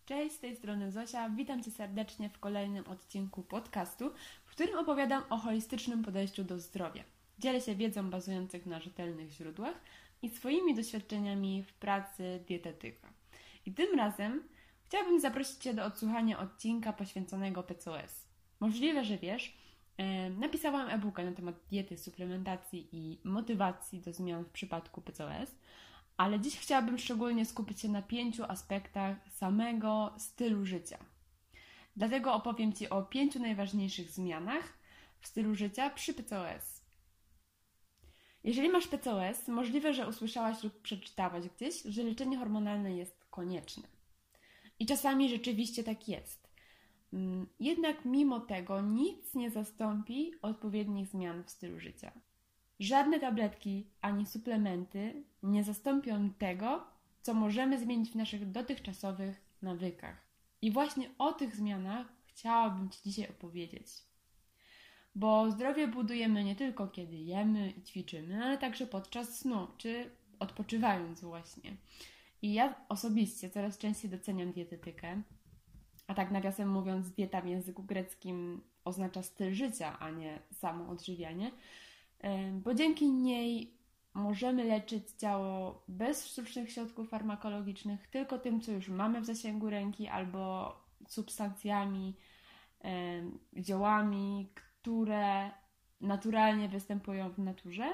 Cześć, z tej strony Zosia. Witam Cię serdecznie w kolejnym odcinku podcastu, w którym opowiadam o holistycznym podejściu do zdrowia. Dzielę się wiedzą bazującą na rzetelnych źródłach i swoimi doświadczeniami w pracy dietetyka. I tym razem chciałabym zaprosić Cię do odsłuchania odcinka poświęconego PCOS. Możliwe, że wiesz, napisałam e-booka na temat diety, suplementacji i motywacji do zmian w przypadku PCOS, ale dziś chciałabym szczególnie skupić się na 5 aspektach samego stylu życia. Dlatego opowiem Ci o 5 najważniejszych zmianach w stylu życia przy PCOS. Jeżeli masz PCOS, możliwe, że usłyszałaś lub przeczytałaś gdzieś, że leczenie hormonalne jest konieczne. I czasami rzeczywiście tak jest. Jednak mimo tego nic nie zastąpi odpowiednich zmian w stylu życia. Żadne tabletki ani suplementy nie zastąpią tego, co możemy zmienić w naszych dotychczasowych nawykach. I właśnie o tych zmianach chciałabym Ci dzisiaj opowiedzieć. Bo zdrowie budujemy nie tylko kiedy jemy i ćwiczymy, ale także podczas snu, czy odpoczywając właśnie. I ja osobiście coraz częściej doceniam dietetykę, a tak nawiasem mówiąc, dieta w języku greckim oznacza styl życia, a nie samo odżywianie, bo dzięki niej możemy leczyć ciało bez sztucznych środków farmakologicznych, tylko tym, co już mamy w zasięgu ręki, albo substancjami, ziołami, które naturalnie występują w naturze.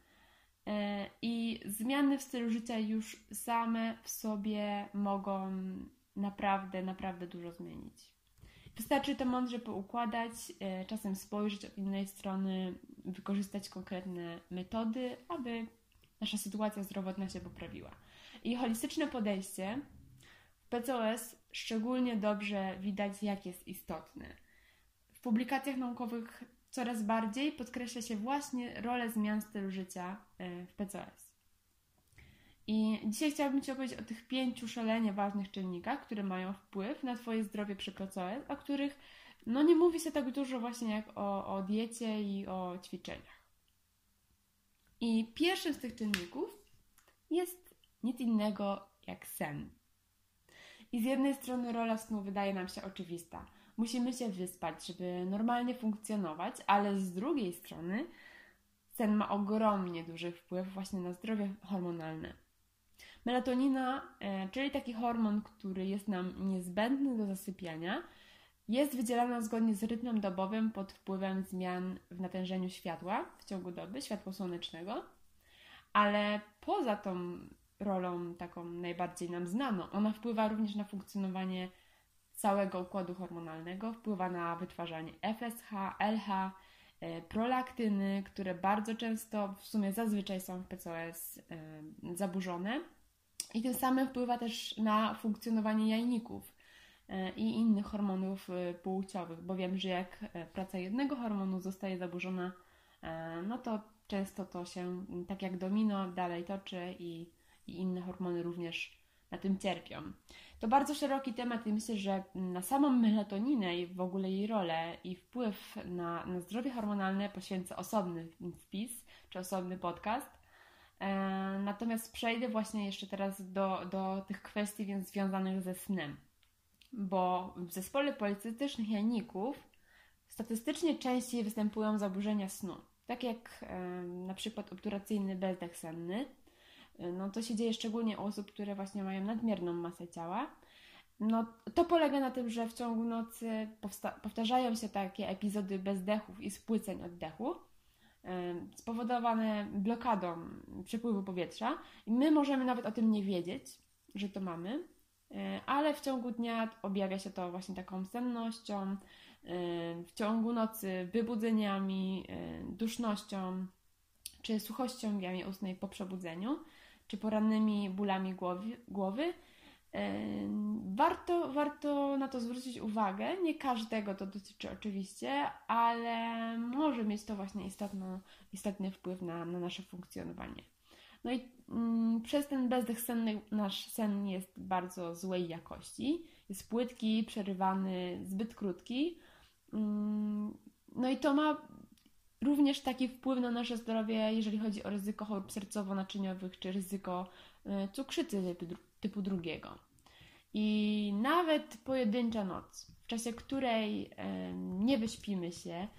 I zmiany w stylu życia już same w sobie mogą naprawdę dużo zmienić. Wystarczy to mądrze poukładać, czasem spojrzeć od innej strony, wykorzystać konkretne metody, aby nasza sytuacja zdrowotna się poprawiła. I holistyczne podejście w PCOS szczególnie dobrze widać, jak jest istotne. W publikacjach naukowych coraz bardziej podkreśla się właśnie rolę zmian stylu życia w PCOS. I dzisiaj chciałabym Ci opowiedzieć o tych 5 szalenie ważnych czynnikach, które mają wpływ na Twoje zdrowie przy PCOS, o których nie mówi się tak dużo właśnie jak o diecie i o ćwiczeniach. I pierwszym z tych czynników jest nic innego jak sen. I z jednej strony rola snu wydaje nam się oczywista. Musimy się wyspać, żeby normalnie funkcjonować, ale z drugiej strony sen ma ogromnie duży wpływ właśnie na zdrowie hormonalne. Melatonina, czyli taki hormon, który jest nam niezbędny do zasypiania, jest wydzielana zgodnie z rytmem dobowym pod wpływem zmian w natężeniu światła w ciągu doby, światła słonecznego, ale poza tą rolą taką najbardziej nam znaną, ona wpływa również na funkcjonowanie całego układu hormonalnego, wpływa na wytwarzanie FSH, LH, prolaktyny, które bardzo często, w sumie zazwyczaj są w PCOS zaburzone. I tym samym wpływa też na funkcjonowanie jajników i innych hormonów płciowych, bo wiem, że jak praca jednego hormonu zostaje zaburzona, to często to się tak jak domino dalej toczy i inne hormony również na tym cierpią. To bardzo szeroki temat i myślę, że na samą melatoninę i w ogóle jej rolę i wpływ na zdrowie hormonalne poświęcę osobny wpis czy osobny podcast. Natomiast przejdę właśnie jeszcze teraz do tych kwestii więc związanych ze snem. Bo w zespole policystycznych jajników statystycznie częściej występują zaburzenia snu. Tak jak na przykład obturacyjny bezdech senny. To się dzieje szczególnie u osób, które właśnie mają nadmierną masę ciała. To polega na tym, że w ciągu nocy powtarzają się takie epizody bezdechów i spłyceń oddechu, spowodowane blokadą przepływu powietrza. I my możemy nawet o tym nie wiedzieć, że to mamy, ale w ciągu dnia objawia się to właśnie taką sennością, w ciągu nocy wybudzeniami, dusznością, czy suchością w jamie ustnej po przebudzeniu, czy porannymi bólami głowy. Warto na to zwrócić uwagę. Nie każdego to dotyczy oczywiście, ale może mieć to właśnie istotny wpływ na nasze funkcjonowanie. I przez ten bezdech senny nasz sen jest bardzo złej jakości. Jest płytki, przerywany, zbyt krótki. I to ma również taki wpływ na nasze zdrowie, jeżeli chodzi o ryzyko chorób sercowo-naczyniowych czy ryzyko cukrzycy typu 2. I nawet pojedyncza noc, w czasie której nie wyśpimy się,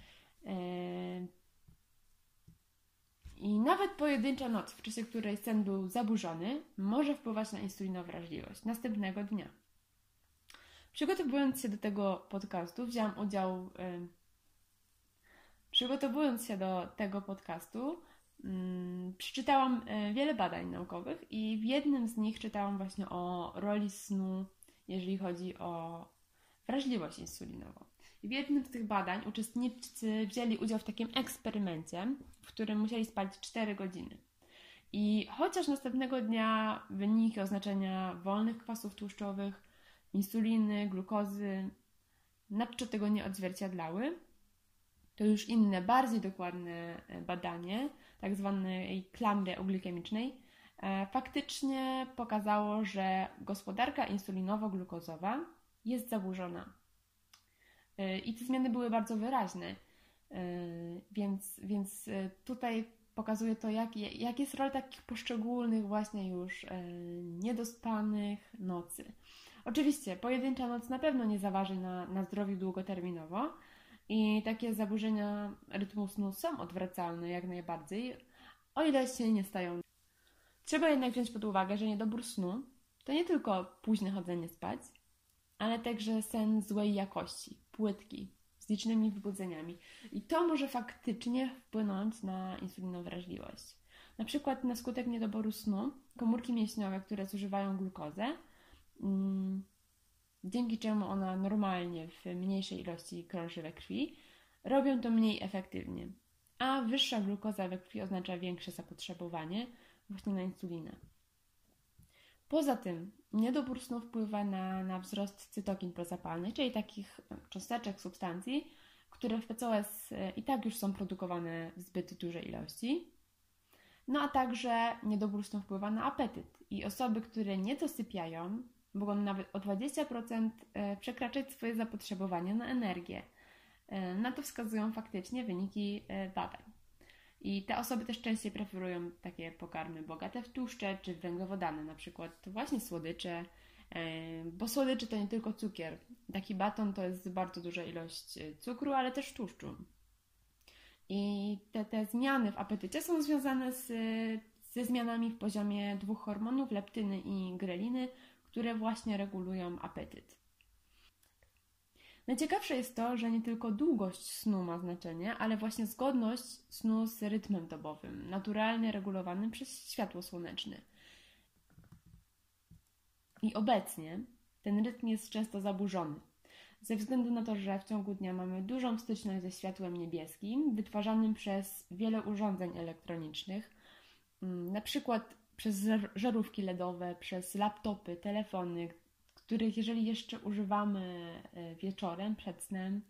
i nawet pojedyncza noc, w czasie której sen był zaburzony, może wpływać na insulinowrażliwość następnego dnia. Przygotowując się do tego podcastu, przeczytałam wiele badań naukowych i w jednym z nich czytałam właśnie o roli snu, jeżeli chodzi o wrażliwość insulinową. I w jednym z tych badań uczestnicy wzięli udział w takim eksperymencie, w którym musieli spać 4 godziny. I chociaż następnego dnia wyniki oznaczenia wolnych kwasów tłuszczowych, insuliny, glukozy nadto tego nie odzwierciedlały, to już inne, bardziej dokładne badanie, tak zwanej klamry euglikemicznej, faktycznie pokazało, że gospodarka insulinowo-glukozowa jest zaburzona. I te zmiany były bardzo wyraźne, więc tutaj pokazuje to, jak jest rola takich poszczególnych właśnie już niedospanych nocy. Oczywiście pojedyncza noc na pewno nie zaważy na zdrowiu długoterminowo i takie zaburzenia rytmu snu są odwracalne jak najbardziej, o ile się nie stają. Trzeba jednak wziąć pod uwagę, że niedobór snu to nie tylko późne chodzenie spać, ale także sen złej jakości, płytki, z licznymi wybudzeniami. I to może faktycznie wpłynąć na insulinowrażliwość. Na przykład na skutek niedoboru snu komórki mięśniowe, które zużywają glukozę, dzięki czemu ona normalnie w mniejszej ilości krąży we krwi, robią to mniej efektywnie. A wyższa glukoza we krwi oznacza większe zapotrzebowanie właśnie na insulinę. Poza tym niedobór snu wpływa na wzrost cytokin prozapalnych, czyli takich cząsteczek substancji, które w PCOS i tak już są produkowane w zbyt dużej ilości. No a także niedobór snu wpływa na apetyt i osoby, które nie dosypiają, mogą nawet o 20% przekraczać swoje zapotrzebowanie na energię. Na to wskazują faktycznie wyniki badań. I te osoby też częściej preferują takie pokarmy bogate w tłuszcze czy w węglowodany, na przykład właśnie słodycze, bo słodycze to nie tylko cukier. Taki baton to jest bardzo duża ilość cukru, ale też tłuszczu. I te zmiany w apetycie są związane ze zmianami w poziomie dwóch hormonów, leptyny i greliny, które właśnie regulują apetyt. Najciekawsze jest to, że nie tylko długość snu ma znaczenie, ale właśnie zgodność snu z rytmem dobowym, naturalnie regulowanym przez światło słoneczne. I obecnie ten rytm jest często zaburzony, ze względu na to, że w ciągu dnia mamy dużą styczność ze światłem niebieskim, wytwarzanym przez wiele urządzeń elektronicznych, na przykład przez żarówki LEDowe, przez laptopy, telefony, których jeżeli jeszcze używamy wieczorem, przed snem,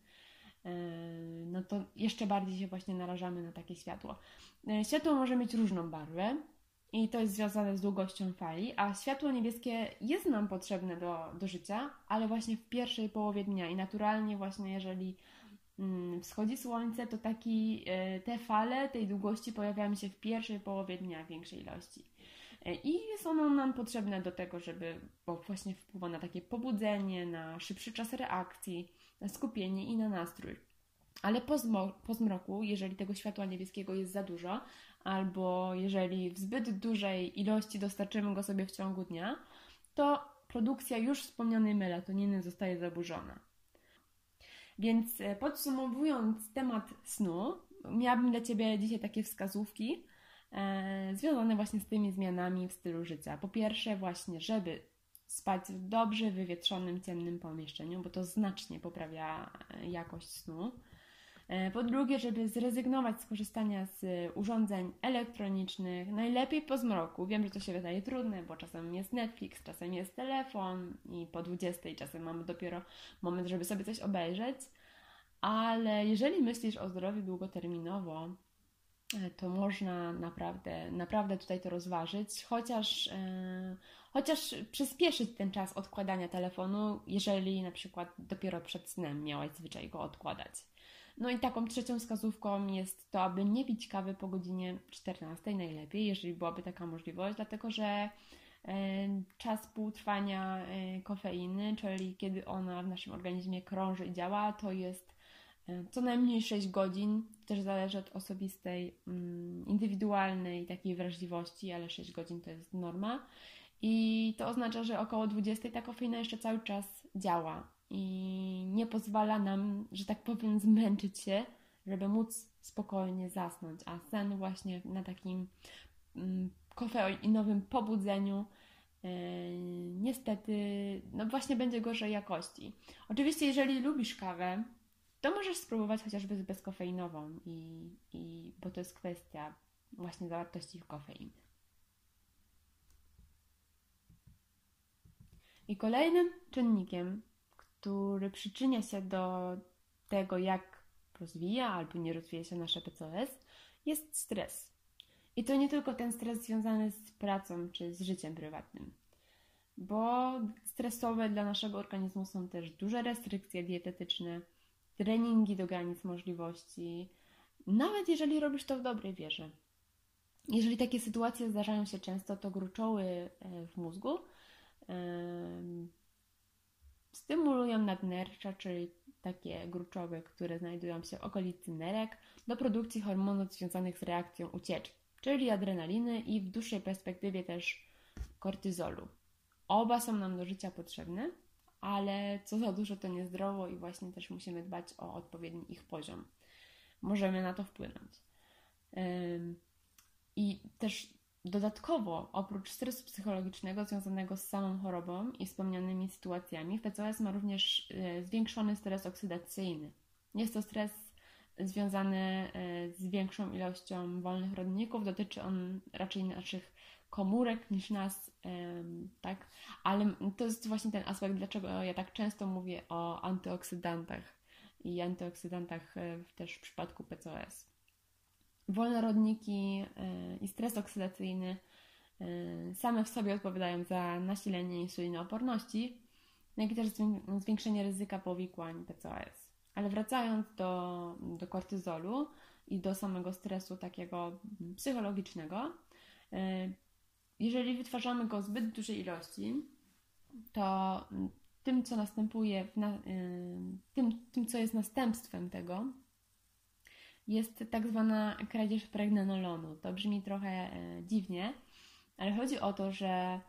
no to jeszcze bardziej się właśnie narażamy na takie światło. Światło może mieć różną barwę i to jest związane z długością fali, a światło niebieskie jest nam potrzebne do życia, ale właśnie w pierwszej połowie dnia i naturalnie właśnie jeżeli wschodzi słońce, to te fale tej długości pojawiają się w pierwszej połowie dnia w większej ilości. I jest ono nam potrzebne do tego, bo właśnie wpływa na takie pobudzenie, na szybszy czas reakcji, na skupienie i na nastrój. Ale po zmroku, jeżeli tego światła niebieskiego jest za dużo, albo jeżeli w zbyt dużej ilości dostarczymy go sobie w ciągu dnia, to produkcja już wspomnianej melatoniny zostaje zaburzona. Więc podsumowując temat snu, miałabym dla Ciebie dzisiaj takie wskazówki związane właśnie z tymi zmianami w stylu życia. Po pierwsze właśnie, żeby spać w dobrze wywietrzonym, ciemnym pomieszczeniu, bo to znacznie poprawia jakość snu. Po drugie, żeby zrezygnować z korzystania z urządzeń elektronicznych, najlepiej po zmroku. Wiem, że to się wydaje trudne, bo czasem jest Netflix, czasem jest telefon i po 20 czasem mamy dopiero moment, żeby sobie coś obejrzeć. Ale jeżeli myślisz o zdrowiu długoterminowo, to można naprawdę tutaj to rozważyć, chociaż przyspieszyć ten czas odkładania telefonu, jeżeli na przykład dopiero przed snem miałaś zwyczaj go odkładać. No i taką trzecią wskazówką jest to, aby nie pić kawy po godzinie 14 najlepiej, jeżeli byłaby taka możliwość, dlatego że czas półtrwania kofeiny, czyli kiedy ona w naszym organizmie krąży i działa, to jest co najmniej 6 godzin. To też zależy od osobistej, indywidualnej takiej wrażliwości, ale 6 godzin to jest norma. I to oznacza, że około 20 ta kofeina jeszcze cały czas działa i nie pozwala nam, że tak powiem, zmęczyć się, żeby móc spokojnie zasnąć. A sen właśnie na takim kofeinowym pobudzeniu niestety no właśnie będzie gorszej jakości. Oczywiście jeżeli lubisz kawę, to możesz spróbować chociażby z bezkofeinową bo to jest kwestia właśnie zawartości w kofeiny. I kolejnym czynnikiem, który przyczynia się do tego, jak rozwija albo nie rozwija się nasze PCOS, jest stres. I to nie tylko ten stres związany z pracą czy z życiem prywatnym, bo stresowe dla naszego organizmu są też duże restrykcje dietetyczne, treningi do granic możliwości, nawet jeżeli robisz to w dobrej wierze. Jeżeli takie sytuacje zdarzają się często, to gruczoły w mózgu stymulują nadnercza, czyli takie gruczoły, które znajdują się w okolicy nerek, do produkcji hormonów związanych z reakcją ucieczki, czyli adrenaliny i w dłuższej perspektywie też kortyzolu. Oba są nam do życia potrzebne, ale co za dużo to niezdrowo i właśnie też musimy dbać o odpowiedni ich poziom. Możemy na to wpłynąć. I też dodatkowo, oprócz stresu psychologicznego związanego z samą chorobą i wspomnianymi sytuacjami, w PCOS ma również zwiększony stres oksydacyjny. Jest to stres związany z większą ilością wolnych rodników, dotyczy on raczej naszych komórek niż nas, tak? Ale to jest właśnie ten aspekt, dlaczego ja tak często mówię o antyoksydantach i antyoksydantach też w przypadku PCOS. Wolne rodniki i stres oksydacyjny same w sobie odpowiadają za nasilenie insulinooporności, jak i też zwiększenie ryzyka powikłań PCOS. Ale wracając do kortyzolu i do samego stresu takiego psychologicznego, jeżeli wytwarzamy go w zbyt dużej ilości, to tym, co następuje, tym, co jest następstwem tego, jest tak zwana kradzież pregnenolonu. To brzmi trochę dziwnie, ale chodzi o to, że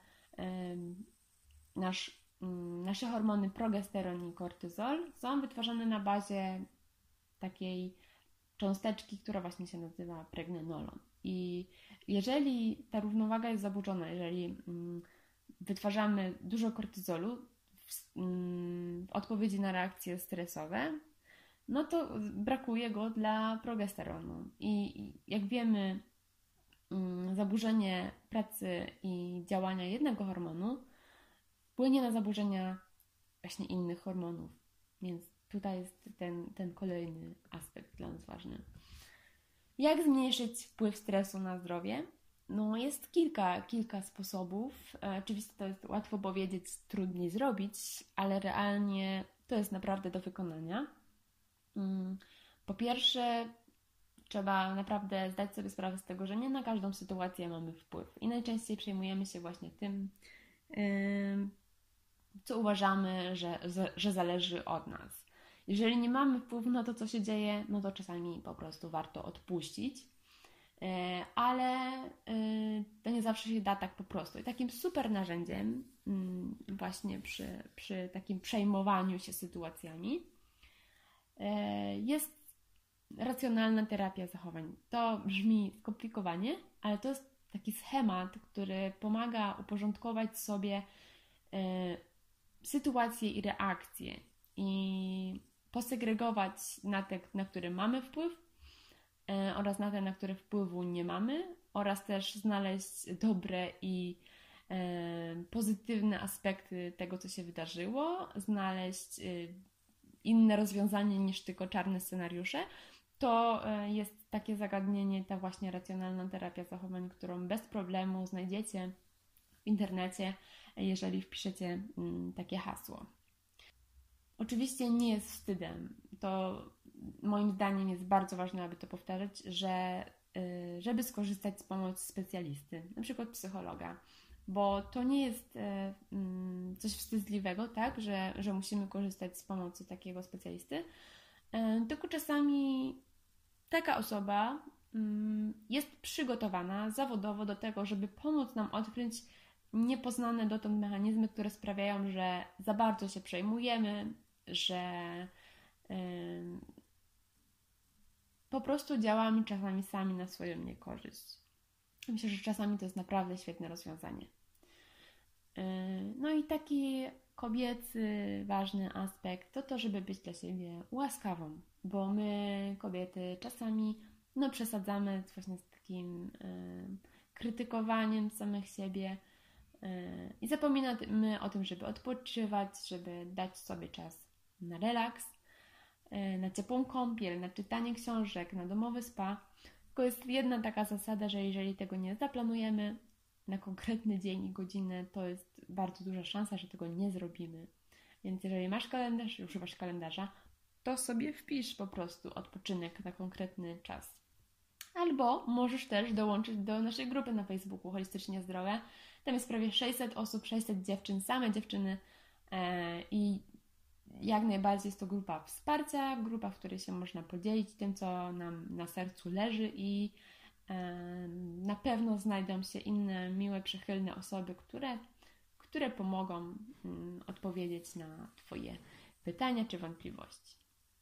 nasze hormony progesteron i kortyzol są wytwarzane na bazie takiej cząsteczki, która właśnie się nazywa pregnenolon. I jeżeli ta równowaga jest zaburzona, jeżeli wytwarzamy dużo kortyzolu w odpowiedzi na reakcje stresowe, no to brakuje go dla progesteronu. I jak wiemy, zaburzenie pracy i działania jednego hormonu wpłynie na zaburzenia właśnie innych hormonów. Więc tutaj jest ten kolejny aspekt dla nas ważny. Jak zmniejszyć wpływ stresu na zdrowie? No jest kilka sposobów. Oczywiście to jest łatwo powiedzieć, trudniej zrobić, ale realnie to jest naprawdę do wykonania. Po pierwsze, trzeba naprawdę zdać sobie sprawę z tego, że nie na każdą sytuację mamy wpływ i najczęściej przejmujemy się właśnie tym, co uważamy, że zależy od nas. Jeżeli nie mamy wpływu na to, co się dzieje, no to czasami po prostu warto odpuścić, ale to nie zawsze się da tak po prostu. I takim super narzędziem właśnie przy takim przejmowaniu się sytuacjami jest racjonalna terapia zachowań. To brzmi skomplikowanie, ale to jest taki schemat, który pomaga uporządkować sobie sytuacje i reakcje i posegregować na te, na które mamy wpływ oraz na te, na które wpływu nie mamy, oraz też znaleźć dobre i pozytywne aspekty tego, co się wydarzyło, znaleźć inne rozwiązanie niż tylko czarne scenariusze. To jest takie zagadnienie, ta właśnie racjonalna terapia zachowań, którą bez problemu znajdziecie w internecie, jeżeli wpiszecie takie hasło. Oczywiście nie jest wstydem. To moim zdaniem jest bardzo ważne, aby to powtarzać, że żeby skorzystać z pomocy specjalisty, na przykład psychologa, bo to nie jest coś wstydliwego, tak, że musimy korzystać z pomocy takiego specjalisty, tylko czasami taka osoba jest przygotowana zawodowo do tego, żeby pomóc nam odkryć niepoznane dotąd mechanizmy, które sprawiają, że za bardzo się przejmujemy, że po prostu działamy czasami sami na swoją niekorzyść. Myślę, że czasami to jest naprawdę świetne rozwiązanie. No i taki kobiecy, ważny aspekt to to, żeby być dla siebie łaskawą, bo my, kobiety, czasami przesadzamy właśnie z takim krytykowaniem samych siebie i zapominamy o tym, żeby odpoczywać, żeby dać sobie czas na relaks, na ciepłą kąpiel, na czytanie książek, na domowy spa. Tylko jest jedna taka zasada, że jeżeli tego nie zaplanujemy na konkretny dzień i godzinę, to jest bardzo duża szansa, że tego nie zrobimy. Więc jeżeli masz kalendarz, używasz kalendarza, to sobie wpisz po prostu odpoczynek na konkretny czas. Albo możesz też dołączyć do naszej grupy na Facebooku Holistycznie Zdrowe. Tam jest prawie 600 osób, 600 dziewczyn, same dziewczyny i jak najbardziej jest to grupa wsparcia, grupa, w której się można podzielić tym, co nam na sercu leży i na pewno znajdą się inne miłe, przychylne osoby, które pomogą odpowiedzieć na Twoje pytania czy wątpliwości.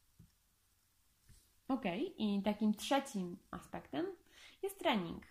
I takim trzecim aspektem jest trening.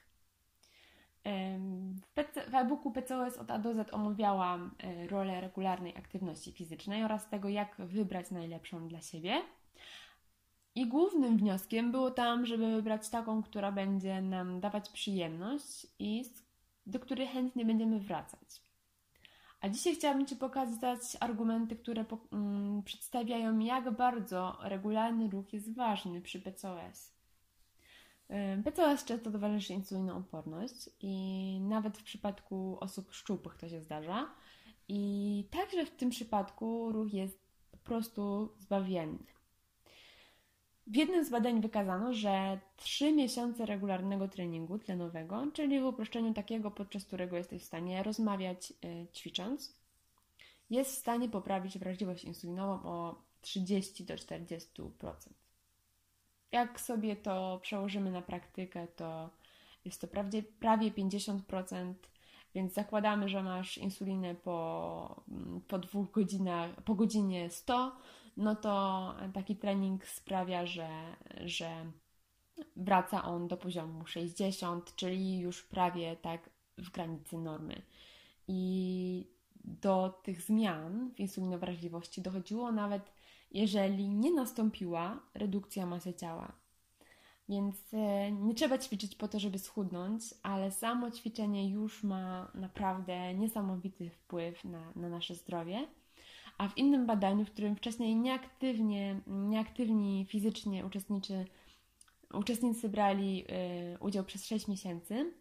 W e-booku PCOS od A do Z omawiałam rolę regularnej aktywności fizycznej oraz tego, jak wybrać najlepszą dla siebie. I głównym wnioskiem było tam, żeby wybrać taką, która będzie nam dawać przyjemność i do której chętnie będziemy wracać. A dzisiaj chciałabym Ci pokazać argumenty, które przedstawiają, jak bardzo regularny ruch jest ważny przy PCOS. PCOS często towarzyszy insulinooporność i nawet w przypadku osób szczupłych to się zdarza. I także w tym przypadku ruch jest po prostu zbawienny. W jednym z badań wykazano, że 3 miesiące regularnego treningu tlenowego, czyli w uproszczeniu takiego, podczas którego jesteś w stanie rozmawiać ćwicząc, jest w stanie poprawić wrażliwość insulinową o 30 do 40%. Jak sobie to przełożymy na praktykę, to jest to prawie 50%, więc zakładamy, że masz insulinę po 2 godzinach, po godzinie 100, no to taki trening sprawia, że wraca on do poziomu 60, czyli już prawie tak w granicy normy. I do tych zmian w insulinowrażliwości dochodziło nawet, jeżeli nie nastąpiła redukcja masy ciała. Więc nie trzeba ćwiczyć po to, żeby schudnąć, ale samo ćwiczenie już ma naprawdę niesamowity wpływ na nasze zdrowie. A w innym badaniu, w którym wcześniej nieaktywni fizycznie uczestnicy brali udział przez 6 miesięcy,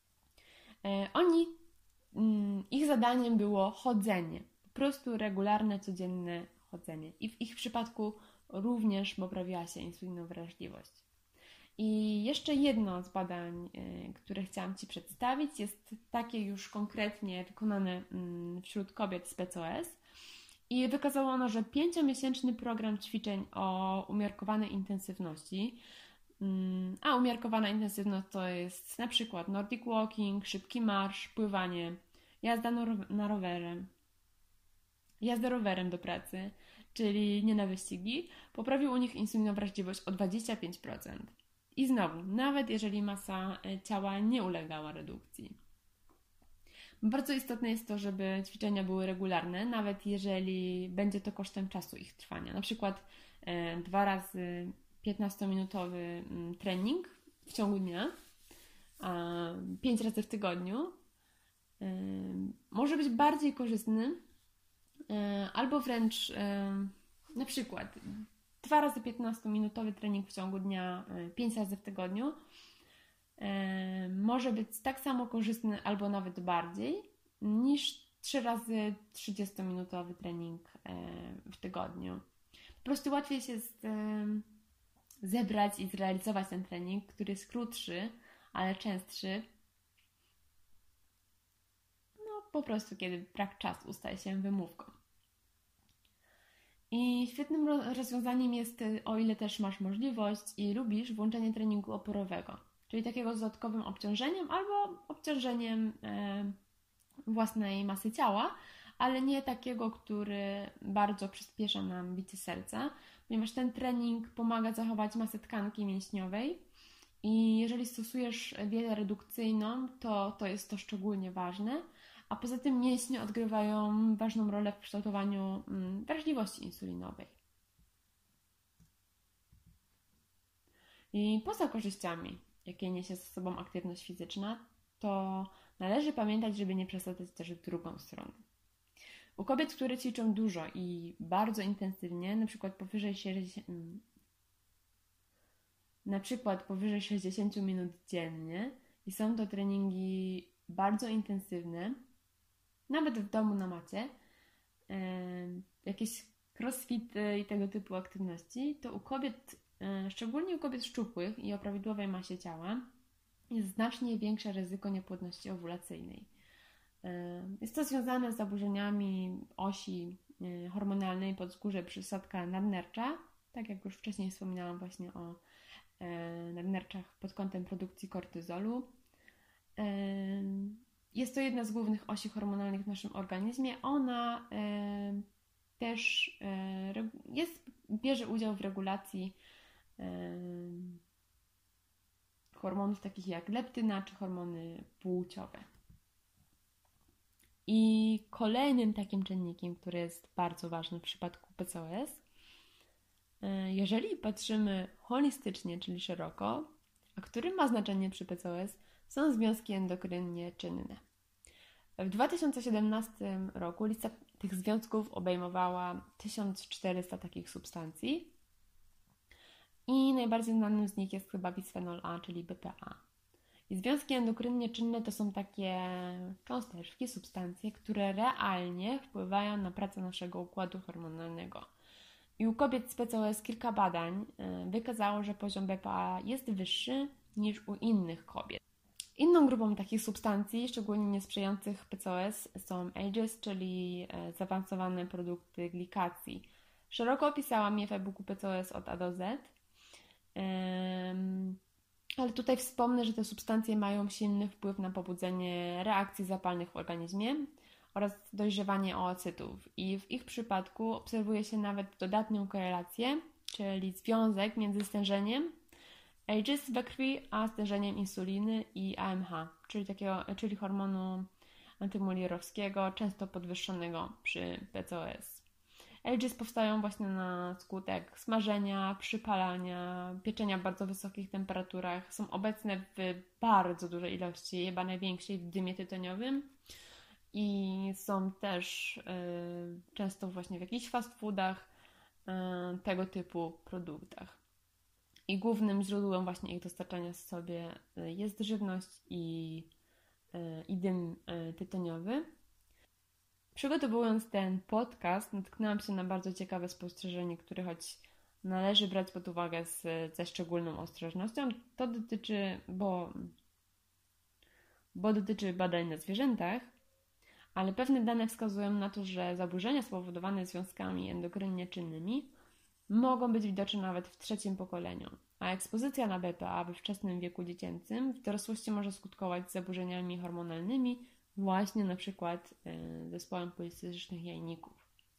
ich zadaniem było chodzenie, po prostu regularne, codzienne chodzenie. I w ich przypadku również poprawiła się insulinowrażliwość. I jeszcze jedno z badań, które chciałam Ci przedstawić, jest takie już konkretnie wykonane wśród kobiet z PCOS. I wykazało ono, że 5-miesięczny program ćwiczeń o umiarkowanej intensywności, a umiarkowana intensywność to jest na przykład Nordic Walking, szybki marsz, pływanie, jazda rowerem do pracy, czyli nie na wyścigi, poprawił u nich insulinowrażliwość o 25%. I znowu, nawet jeżeli masa ciała nie ulegała redukcji. Bardzo istotne jest to, żeby ćwiczenia były regularne, nawet jeżeli będzie to kosztem czasu ich trwania. Na przykład 2 razy 15-minutowy trening w ciągu dnia, 5 razy w tygodniu może być bardziej korzystny, albo wręcz na przykład 2 razy 15-minutowy trening w ciągu dnia 5 razy w tygodniu może być tak samo korzystny albo nawet bardziej niż 3 razy 30-minutowy trening w tygodniu. Po prostu łatwiej się zebrać i zrealizować ten trening, który jest krótszy, ale częstszy. po prostu kiedy brak czasu staje się wymówką. I świetnym rozwiązaniem jest, o ile też masz możliwość i lubisz, włączenie treningu oporowego, czyli takiego z dodatkowym obciążeniem albo obciążeniem własnej masy ciała, ale nie takiego, który bardzo przyspiesza nam bicie serca, ponieważ ten trening pomaga zachować masę tkanki mięśniowej i jeżeli stosujesz dietę redukcyjną, to jest to szczególnie ważne, a poza tym mięśnie odgrywają ważną rolę w kształtowaniu wrażliwości insulinowej. I poza korzyściami, jakie niesie ze sobą aktywność fizyczna, to należy pamiętać, żeby nie przesadzać też w drugą stronę. U kobiet, które ćwiczą dużo i bardzo intensywnie, na przykład powyżej 60 minut dziennie i są to treningi bardzo intensywne, nawet w domu na macie, jakieś crossfity i tego typu aktywności, to u kobiet, szczególnie u kobiet szczupłych i o prawidłowej masie ciała, jest znacznie większe ryzyko niepłodności owulacyjnej. Jest to związane z zaburzeniami osi hormonalnej podzgórze przysadka nadnercza, tak jak już wcześniej wspominałam właśnie o nadnerczach pod kątem produkcji kortyzolu. Jest to jedna z głównych osi hormonalnych w naszym organizmie. Ona też bierze udział w regulacji hormonów takich jak leptyna czy hormony płciowe. I kolejnym takim czynnikiem, który jest bardzo ważny w przypadku PCOS, jeżeli patrzymy holistycznie, czyli szeroko, a który ma znaczenie przy PCOS, są związki endokrynnie czynne. W 2017 roku lista tych związków obejmowała 1400 takich substancji i najbardziej znanym z nich jest chyba bisfenol A, czyli BPA. I związki endokrynnie czynne to są takie cząsteczki, substancje, które realnie wpływają na pracę naszego układu hormonalnego. I u kobiet z PCOS kilka badań wykazało, że poziom BPA jest wyższy niż u innych kobiet. Inną grupą takich substancji, szczególnie niesprzyjających PCOS, są AGEs, czyli zaawansowane produkty glikacji. Szeroko opisałam je w e-booku PCOS od A do Z. Ale tutaj wspomnę, że te substancje mają silny wpływ na pobudzenie reakcji zapalnych w organizmie oraz dojrzewanie oocytów. I w ich przypadku obserwuje się nawet dodatnią korelację, czyli związek między stężeniem AGEs we krwi a stężeniem insuliny i AMH, czyli hormonu antymulierowskiego, często podwyższonego przy PCOS. AGEs powstają właśnie na skutek smażenia, przypalania, pieczenia w bardzo wysokich temperaturach. Są obecne w bardzo dużej ilości, chyba największej w dymie tytoniowym i są też często właśnie w jakichś fast foodach, tego typu produktach. I głównym źródłem właśnie ich dostarczania sobie jest żywność i dym tytoniowy. Przygotowując ten podcast, natknęłam się na bardzo ciekawe spostrzeżenie, które choć należy brać pod uwagę ze szczególną ostrożnością, to dotyczy, bo dotyczy badań na zwierzętach, ale pewne dane wskazują na to, że zaburzenia spowodowane związkami endokrynnie czynnymi mogą być widoczne nawet w trzecim pokoleniu, a ekspozycja na BPA we wczesnym wieku dziecięcym w dorosłości może skutkować zaburzeniami hormonalnymi, właśnie na przykład zespołem policystycznych jajników.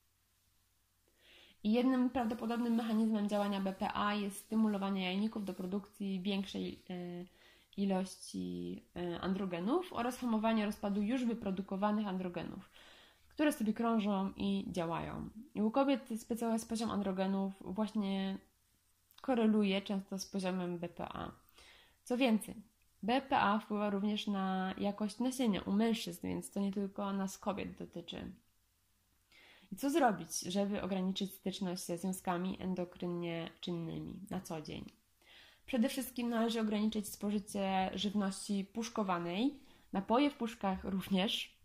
I jednym prawdopodobnym mechanizmem działania BPA jest stymulowanie jajników do produkcji większej ilości androgenów oraz hamowanie rozpadu już wyprodukowanych androgenów, które sobie krążą i działają. I u kobiet z PCOS poziom androgenów właśnie koreluje często z poziomem BPA. Co więcej, BPA wpływa również na jakość nasienia u mężczyzn, więc to nie tylko nas kobiet dotyczy. I co zrobić, żeby ograniczyć styczność ze związkami endokrynnie czynnymi na co dzień? Przede wszystkim należy ograniczyć spożycie żywności puszkowanej, napoje w puszkach również,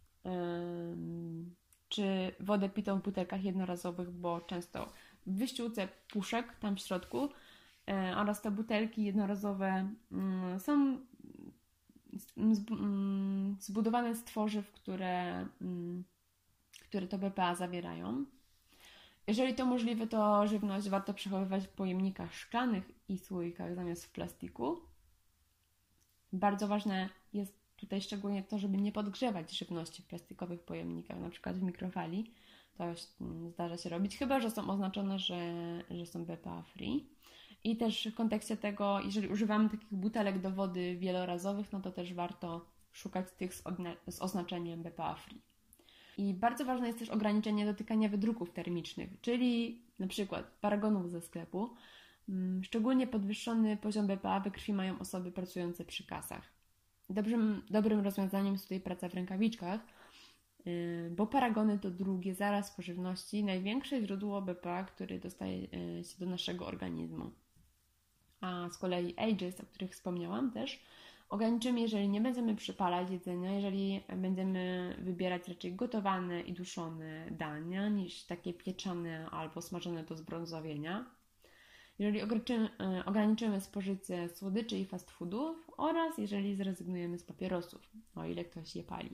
czy wodę pitą w butelkach jednorazowych, bo często w wyściółce puszek tam w środku oraz te butelki jednorazowe są zbudowane z tworzyw, które to BPA zawierają. Jeżeli to możliwe, to żywność warto przechowywać w pojemnikach szklanych i słoikach zamiast w plastiku. Bardzo ważne jest tutaj szczególnie to, żeby nie podgrzewać żywności w plastikowych pojemnikach, na przykład w mikrofali. To zdarza się robić, chyba że są oznaczone, że są BPA free. I też w kontekście tego, jeżeli używamy takich butelek do wody wielorazowych, no to też warto szukać tych z oznaczeniem BPA free. I bardzo ważne jest też ograniczenie dotykania wydruków termicznych, czyli na przykład paragonów ze sklepu. Szczególnie podwyższony poziom BPA we krwi mają osoby pracujące przy kasach. Dobrym rozwiązaniem jest tutaj praca w rękawiczkach, bo paragony to drugie zaraz po żywności największe źródło BPA, które dostaje się do naszego organizmu. A z kolei ages, o których wspomniałam też, ograniczymy, jeżeli nie będziemy przypalać jedzenia, jeżeli będziemy wybierać raczej gotowane i duszone dania niż takie pieczone albo smażone do zbrązowienia. Jeżeli ograniczymy spożycie słodyczy i fast foodów oraz jeżeli zrezygnujemy z papierosów, o ile ktoś je pali.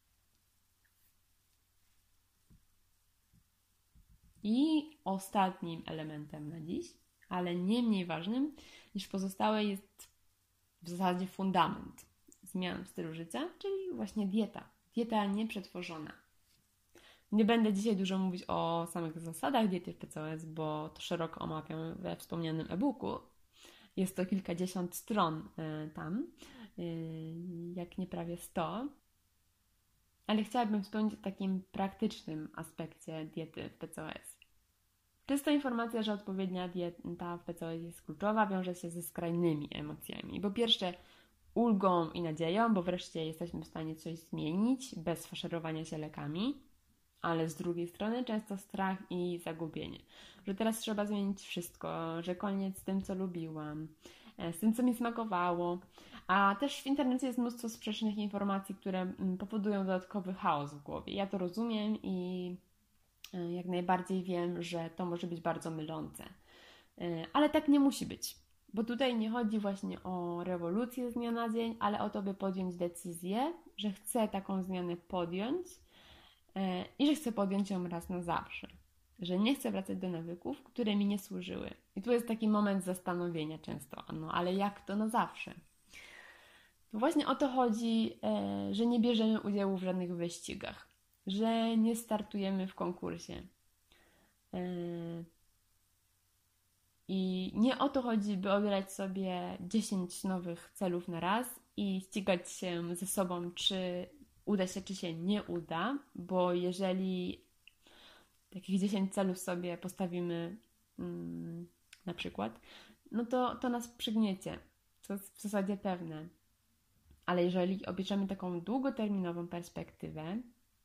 I ostatnim elementem na dziś, ale nie mniej ważnym niż pozostałe, jest w zasadzie fundament zmian w stylu życia, czyli właśnie dieta. Dieta nieprzetworzona. Nie będę dzisiaj dużo mówić o samych zasadach diety w PCOS, bo to szeroko omawiam we wspomnianym e-booku. Jest to kilkadziesiąt stron tam, jak nie prawie 100. Ale chciałabym wspomnieć o takim praktycznym aspekcie diety w PCOS. Czysta informacja, że odpowiednia dieta w PCOS jest kluczowa, wiąże się ze skrajnymi emocjami. Po pierwsze ulgą i nadzieją, bo wreszcie jesteśmy w stanie coś zmienić bez faszerowania się lekami, ale z drugiej strony często strach i zagubienie, że teraz trzeba zmienić wszystko, że koniec z tym, co lubiłam, z tym, co mi smakowało. A też w internecie jest mnóstwo sprzecznych informacji, które powodują dodatkowy chaos w głowie. Ja to rozumiem i jak najbardziej wiem, że to może być bardzo mylące. Ale tak nie musi być, bo tutaj nie chodzi właśnie o rewolucję z dnia na dzień, ale o to, by podjąć decyzję, że chcę taką zmianę podjąć i że chcę podjąć ją raz na zawsze. Że nie chcę wracać do nawyków, które mi nie służyły. I tu jest taki moment zastanowienia często, no ale jak to na zawsze? To właśnie o to chodzi, że nie bierzemy udziału w żadnych wyścigach, że nie startujemy w konkursie. I nie o to chodzi, by obierać sobie 10 nowych celów na raz i ścigać się ze sobą, czy uda się, czy się nie uda, bo jeżeli takich 10 celów sobie postawimy na przykład, no to nas przygniecie. To jest w zasadzie pewne. Ale jeżeli obierzemy taką długoterminową perspektywę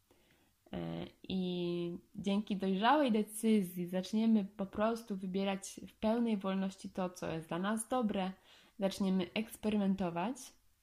i dzięki dojrzałej decyzji zaczniemy po prostu wybierać w pełnej wolności to, co jest dla nas dobre, zaczniemy eksperymentować,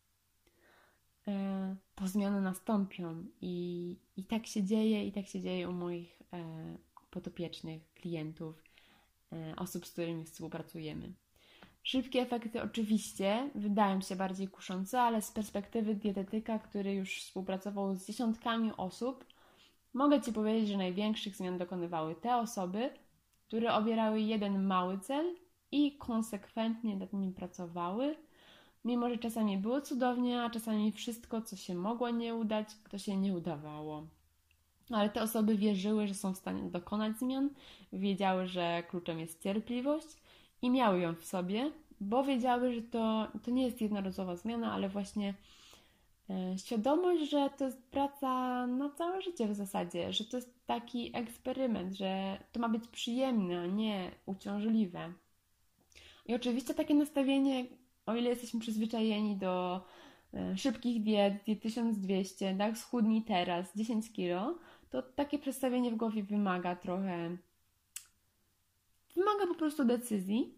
to zmiany nastąpią. I tak się dzieje, i tak się dzieje u moich podopiecznych, klientów, osób, z którymi współpracujemy. Szybkie efekty oczywiście wydają się bardziej kuszące, ale z perspektywy dietetyka, który już współpracował z dziesiątkami osób, mogę Ci powiedzieć, że największych zmian dokonywały te osoby, które obierały jeden mały cel i konsekwentnie nad nim pracowały, mimo że czasami było cudownie, a czasami wszystko, co się mogło nie udać, to się nie udawało. Ale te osoby wierzyły, że są w stanie dokonać zmian, wiedziały, że kluczem jest cierpliwość i miały ją w sobie, bo wiedziały, że to nie jest jednorazowa zmiana, ale właśnie świadomość, że to jest praca na całe życie w zasadzie, że to jest taki eksperyment, że to ma być przyjemne, a nie uciążliwe. I oczywiście takie nastawienie, o ile jesteśmy przyzwyczajeni do szybkich diet 1200, tak, schudnij teraz 10 kilo, to takie przestawienie w głowie wymaga po prostu decyzji,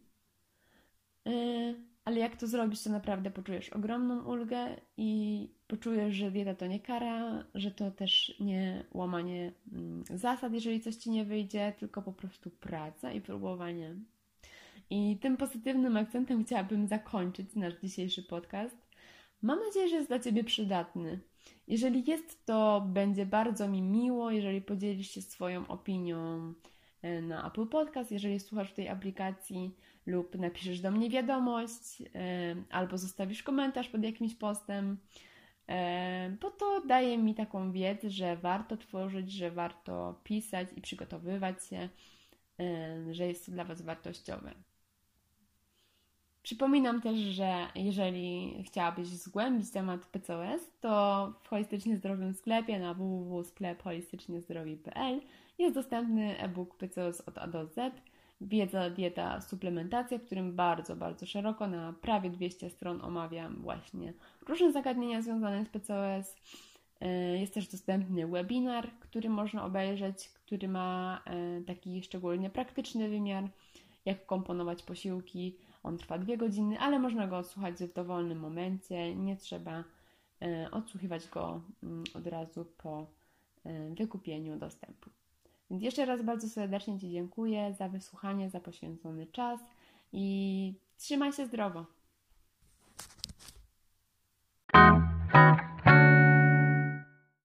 ale jak to zrobisz, to naprawdę poczujesz ogromną ulgę i poczujesz, że dieta to nie kara, że to też nie łamanie zasad, jeżeli coś Ci nie wyjdzie, tylko po prostu praca i próbowanie. I tym pozytywnym akcentem chciałabym zakończyć nasz dzisiejszy podcast. Mam nadzieję, że jest dla Ciebie przydatny. Jeżeli jest, to będzie bardzo mi miło, jeżeli podzielisz się swoją opinią na Apple Podcast, jeżeli słuchasz tej aplikacji lub napiszesz do mnie wiadomość albo zostawisz komentarz pod jakimś postem, bo to daje mi taką wiedzę, że warto tworzyć, że warto pisać i przygotowywać się, że jest to dla Was wartościowe. Przypominam też, że jeżeli chciałabyś zgłębić temat PCOS, to w Holistycznie Zdrowym sklepie na www.sklepholistyczniezdrowi.pl jest dostępny e-book PCOS od A do Z, wiedza, dieta, suplementacja, w którym bardzo, bardzo szeroko na prawie 200 stron omawiam właśnie różne zagadnienia związane z PCOS. Jest też dostępny webinar, który można obejrzeć, który ma taki szczególnie praktyczny wymiar, jak komponować posiłki. On trwa 2 godziny, ale można go odsłuchać w dowolnym momencie. Nie trzeba odsłuchiwać go od razu po wykupieniu dostępu. Więc jeszcze raz bardzo serdecznie Ci dziękuję za wysłuchanie, za poświęcony czas i trzymaj się zdrowo.